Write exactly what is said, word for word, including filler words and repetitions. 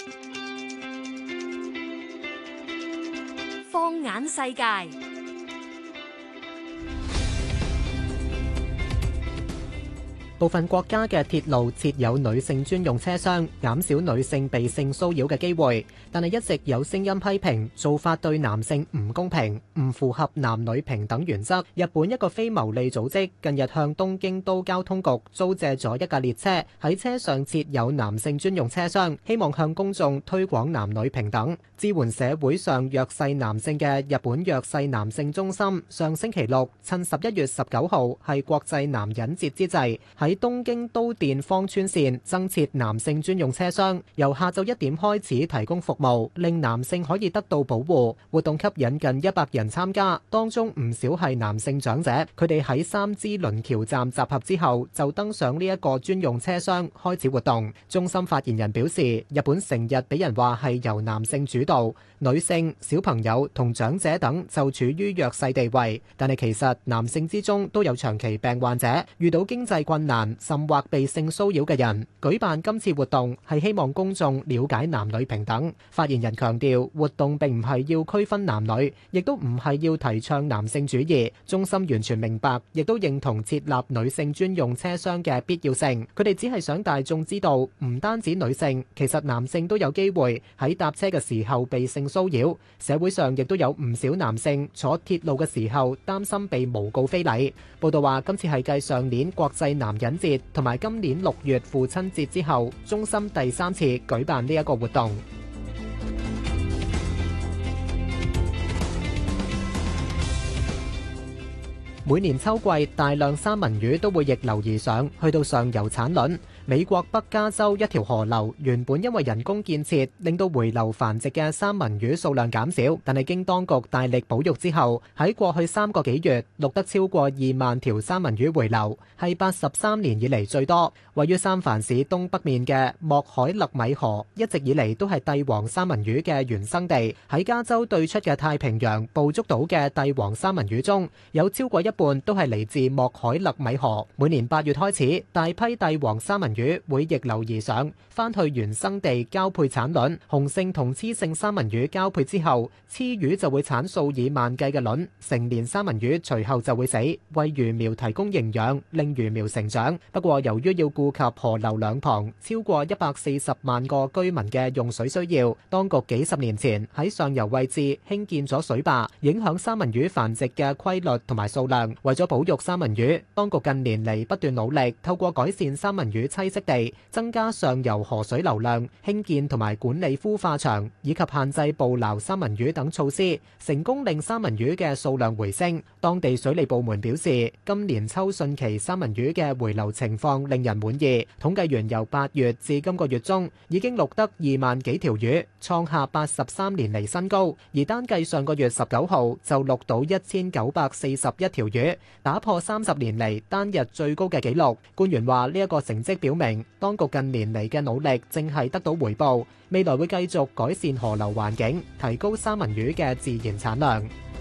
放眼世界。 部分國家嘅鐵路設有女性專用車廂，減少女性被性騷擾嘅機會。但係一直有聲音批評做法對男性唔公平，唔符合男女平等原則。日本一個非牟利組織近日向東京都交通局租借咗一架列車，喺車上設有男性專用車廂，希望向公眾推廣男女平等。支援社會上弱勢男性嘅日本弱勢男性中心上星期六趁十一月十九號係國際男人節之際，喺東京都電荒川線增設男性專用車廂，由下晝一點開始提供服務，令男性可以得到保護。活動吸引近一百人參加，當中唔少係男性長者。佢哋喺三之輪橋站集合之後，就登上呢一個專用車廂開始活動。中心發言人表示，日本成日俾人話係由男性主導，女性、小朋友同長者等就處於弱勢地位。但係其實男性之中都有長期病患者，遇到經濟困難甚或被性騷擾嘅人。舉辦今次活動係希望公眾了解男女平等。發言人強調，活動並唔係要區分男女，亦都唔係要提倡男性主義。中心完全明白，亦都認同設立女性專用車廂嘅必要性。佢哋只係想大眾知道，唔單止女性，其實男性都有機會喺搭車嘅時候被性騷擾。社會上亦都有唔少男性坐鐵路嘅時候擔心被誣告非禮。報道話，今次係繼上年國際男人節同埋今年六月父親節之後，中心第三次舉辦呢一個活動。每年秋季，大量三文魚都會逆流而上，去到上游產卵。美國北加州一條河流原本因為人工建設令到回流繁殖嘅三文魚數量減少，但係經當局大力保育之後，喺過去三個幾月錄得超過二萬條三文魚回流，係八十三年以嚟最多。位於三藩市東北面嘅莫海勒米河一直以嚟都係帝王三文魚嘅原生地。喺加州對出嘅太平洋捕捉到嘅帝王三文魚中，有超過一半都係嚟自莫海勒米河。每年八月開始，大批帝王三文魚會逆流而上，翻去原生地交配產卵。雄性同雌性三文魚交配之後，雌魚就會產數以萬計嘅卵，成年三文魚隨後就會死，為魚苗提供營養，令魚苗成長。不過由於要顧及河流兩旁超過一百四十萬個居民嘅用水需要，當局幾十年前喺上游位置興建咗水壩，影響三文魚繁殖嘅規律同埋數量。為咗保育三文魚，當局近年嚟不斷努力，透過改善三文魚棲息地、增加上游河水流量、興建同埋管理孵化場，以及限制捕撈三文魚等措施，成功令三文魚嘅數量回升。當地水利部門表示，今年秋汛期三文魚嘅回流情況令人滿意。統計員由八月至今個月中，已經錄得二萬幾條魚，創下八十三年嚟新高。而單計上個月十九號就錄到一千九百四十一條魚，打破三十年嚟單日最高嘅紀錄。官員話呢一個成績表明，當局近年嚟嘅努力正係得到回報，未來會繼續改善河流環境，提高三文魚嘅自然產量。